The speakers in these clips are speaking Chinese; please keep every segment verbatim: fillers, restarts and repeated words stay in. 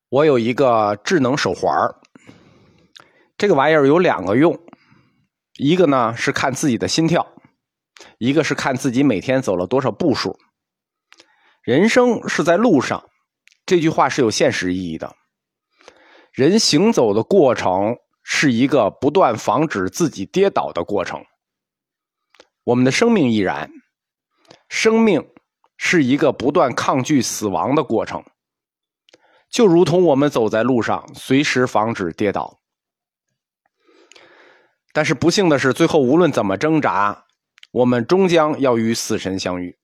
我有一个智能手环，这个玩意儿有两个用，一个呢是看自己的心跳，一个是看自己每天走了多少步数。人生是在路上，这句话是有现实意义的。人行走的过程是一个不断防止自己跌倒的过程。我们的生命亦然，生命是一个不断抗拒死亡的过程，就如同我们走在路上，随时防止跌倒。但是不幸的是，最后无论怎么挣扎，我们终将要与死神相遇。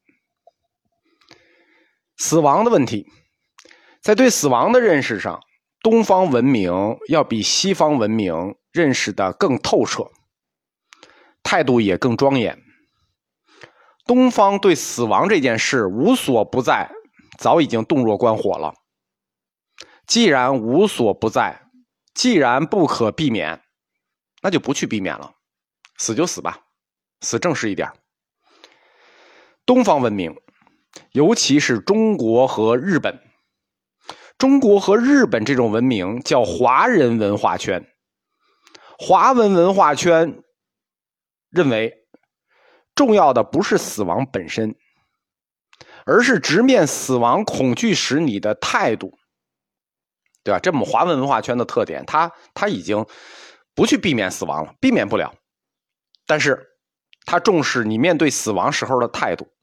死亡的问题，在对死亡的认识上，东方文明要比西方文明认识的更透彻，态度也更庄严。东方对死亡这件事无所不在，早已经洞若观火了。既然无所不在，既然不可避免，那就不去避免了，死就死吧，死正式一点。东方文明，尤其是中国和日本，中国和日本这种文明叫华人文化圈。华文文化圈认为，重要的不是死亡本身，而是直面死亡恐惧时你的态度，对吧？这么华文文化圈的特点，它它已经不去避免死亡了，避免不了，但是它重视你面对死亡时候的态度。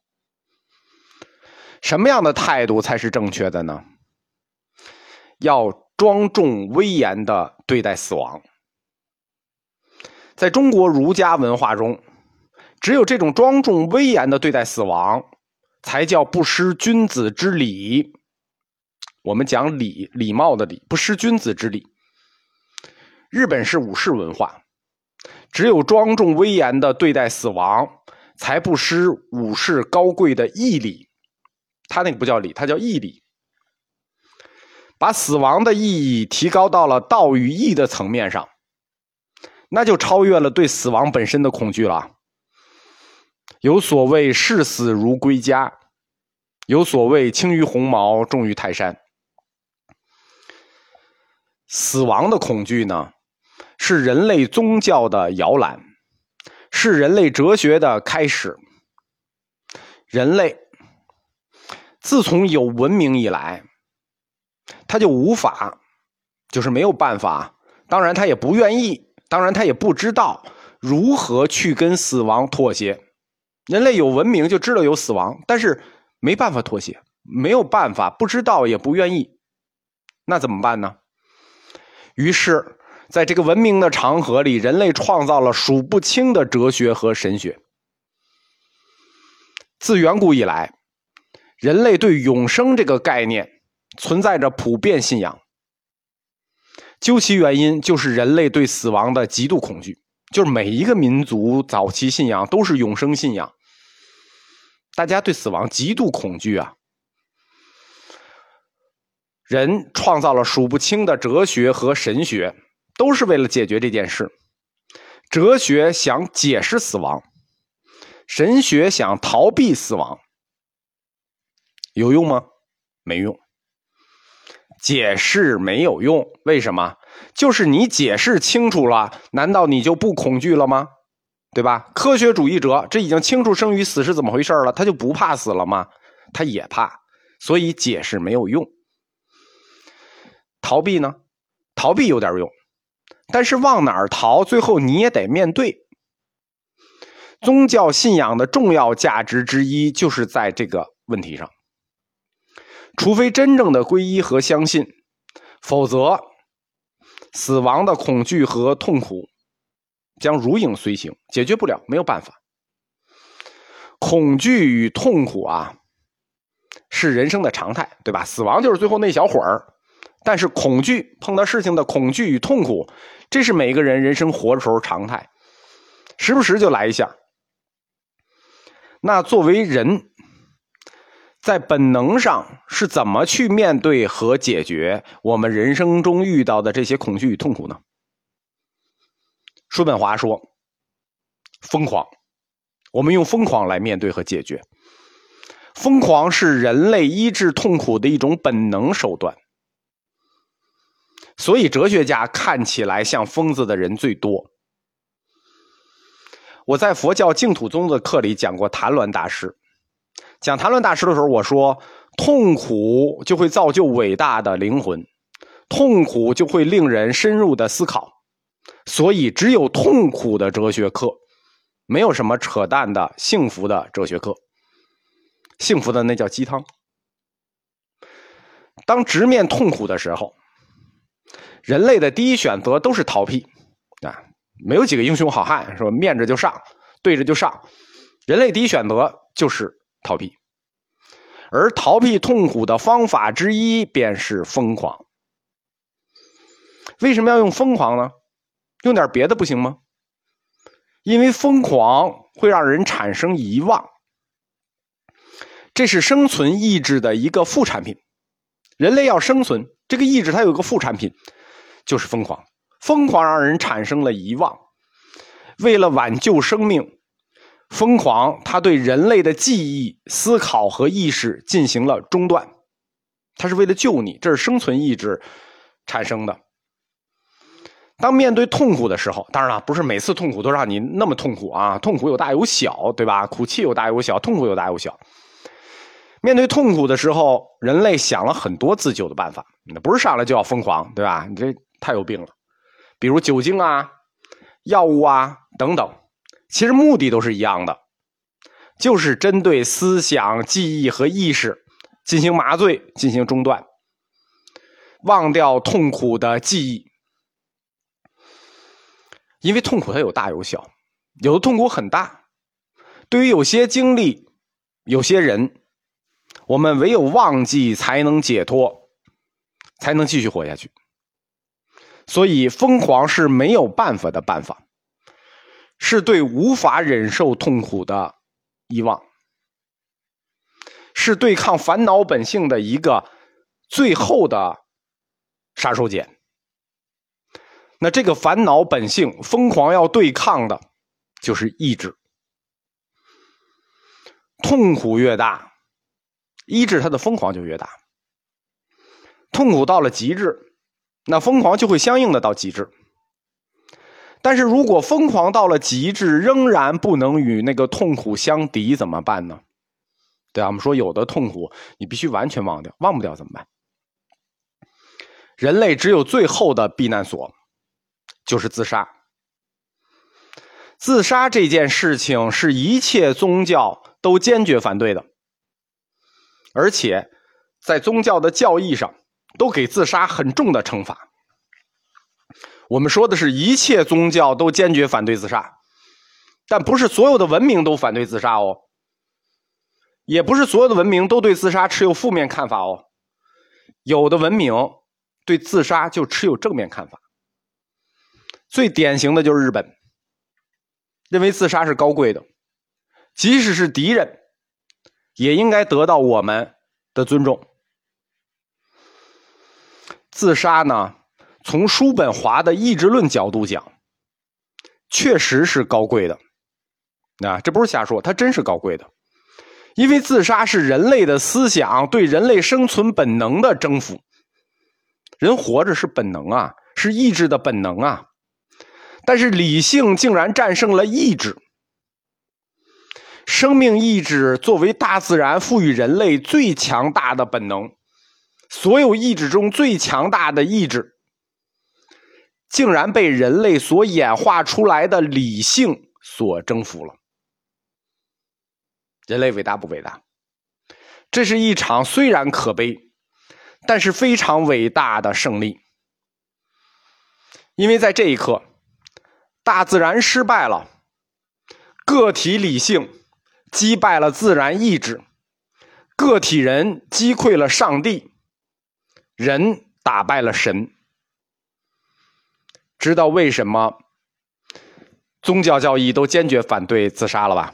什么样的态度才是正确的呢？要庄重威严地对待死亡。在中国儒家文化中，只有这种庄重威严地对待死亡，才叫不失君子之礼。我们讲礼，礼貌的礼，不失君子之礼。日本是武士文化，只有庄重威严地对待死亡，才不失武士高贵的义礼。他那个不叫礼，他叫义礼。把死亡的意义提高到了道与义的层面上，那就超越了对死亡本身的恐惧了。有所谓视死如归家，有所谓轻于鸿毛，重于泰山。死亡的恐惧呢，是人类宗教的摇篮，是人类哲学的开始。人类自从有文明以来，他就无法，就是没有办法，当然他也不愿意，当然他也不知道如何去跟死亡妥协。人类有文明就知道有死亡，但是没办法妥协，没有办法，不知道也不愿意，那怎么办呢？于是在这个文明的长河里，人类创造了数不清的哲学和神学。自远古以来，人类对永生这个概念存在着普遍信仰，究其原因就是人类对死亡的极度恐惧，就是每一个民族早期信仰都是永生信仰，大家对死亡极度恐惧啊。人创造了数不清的哲学和神学，都是为了解决这件事。哲学想解释死亡，神学想逃避死亡。有用吗？没用。解释没有用，为什么？就是你解释清楚了，难道你就不恐惧了吗？对吧？科学主义者这已经清楚生与死是怎么回事了，他就不怕死了吗？他也怕，所以解释没有用。逃避呢？逃避有点用，但是往哪儿逃，最后你也得面对。宗教信仰的重要价值之一就是在这个问题上。除非真正的皈依和相信，否则死亡的恐惧和痛苦将如影随形，解决不了，没有办法。恐惧与痛苦啊，是人生的常态，对吧？死亡就是最后那小会儿，但是恐惧，碰到事情的恐惧与痛苦，这是每个人人生活的时候常态，时不时就来一下。那作为人，在本能上是怎么去面对和解决我们人生中遇到的这些恐惧与痛苦呢？叔本华说，疯狂，我们用疯狂来面对和解决。疯狂是人类医治痛苦的一种本能手段。 所以哲学家看起来像疯子的人最多。我在佛教净土宗的课里讲过谭鸾大师，讲谭鸾大师的时候，我说痛苦就会造就伟大的灵魂，痛苦就会令人深入的思考，所以只有痛苦的哲学课，没有什么扯淡的幸福的哲学课，幸福的那叫鸡汤。当直面痛苦的时候，人类的第一选择都是逃避啊，没有几个英雄好汉说面着就上，对着就上，人类第一选择就是逃避。而逃避痛苦的方法之一便是疯狂。为什么要用疯狂呢？用点别的不行吗？因为疯狂会让人产生遗忘，这是生存意志的一个副产品。人类要生存，这个意志它有一个副产品，就是疯狂。疯狂让人产生了遗忘，为了挽救生命，疯狂它对人类的记忆、思考和意识进行了中断，它是为了救你，这是生存意志产生的。当面对痛苦的时候，当然了，不是每次痛苦都让你那么痛苦啊，痛苦有大有小，对吧？苦泣有大有小，痛苦有大有小。面对痛苦的时候，人类想了很多自救的办法，不是上来就要疯狂，对吧？你这太有病了。比如酒精啊、药物啊等等，其实目的都是一样的，就是针对思想、记忆和意识进行麻醉，进行中断，忘掉痛苦的记忆。因为痛苦它有大有小，有的痛苦很大，对于有些经历、有些人，我们唯有忘记才能解脱，才能继续活下去。所以疯狂是没有办法的办法，是对无法忍受痛苦的遗忘，是对抗烦恼本性的一个最后的杀手锏。那这个烦恼本性，疯狂要对抗的就是意志。痛苦越大，意志它的疯狂就越大。痛苦到了极致，那疯狂就会相应的到极致。但是如果疯狂到了极致，仍然不能与那个痛苦相敌，怎么办呢？对啊，我们说有的痛苦你必须完全忘掉，忘不掉怎么办？人类只有最后的避难所，就是自杀。自杀这件事情是一切宗教都坚决反对的，而且在宗教的教义上都给自杀很重的惩罚。我们说的是一切宗教都坚决反对自杀，但不是所有的文明都反对自杀哦，也不是所有的文明都对自杀持有负面看法哦，有的文明对自杀就持有正面看法。最典型的就是日本，认为自杀是高贵的，即使是敌人也应该得到我们的尊重。自杀呢，从叔本华的意志论角度讲，确实是高贵的啊，这不是瞎说，它真是高贵的。因为自杀是人类的思想对人类生存本能的征服。人活着是本能啊，是意志的本能啊，但是理性竟然战胜了意志。生命意志作为大自然赋予人类最强大的本能，所有意志中最强大的意志，竟然被人类所演化出来的理性所征服了。人类伟大不伟大？这是一场虽然可悲，但是非常伟大的胜利。因为在这一刻，大自然失败了，个体理性击败了自然意志，个体人击溃了上帝，人打败了神。知道为什么宗教教义都坚决反对自杀了吧？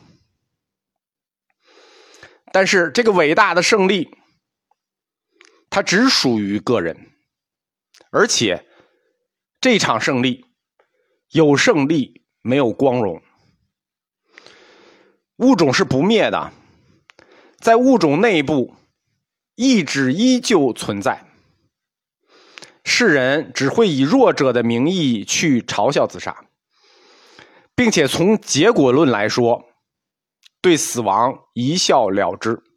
但是这个伟大的胜利，它只属于个人，而且这场胜利有胜利没有光荣。物种是不灭的，在物种内部意志依旧存在， 世人只会以弱者的名义去嘲笑自杀，并且从结果论来说，对死亡一笑了之。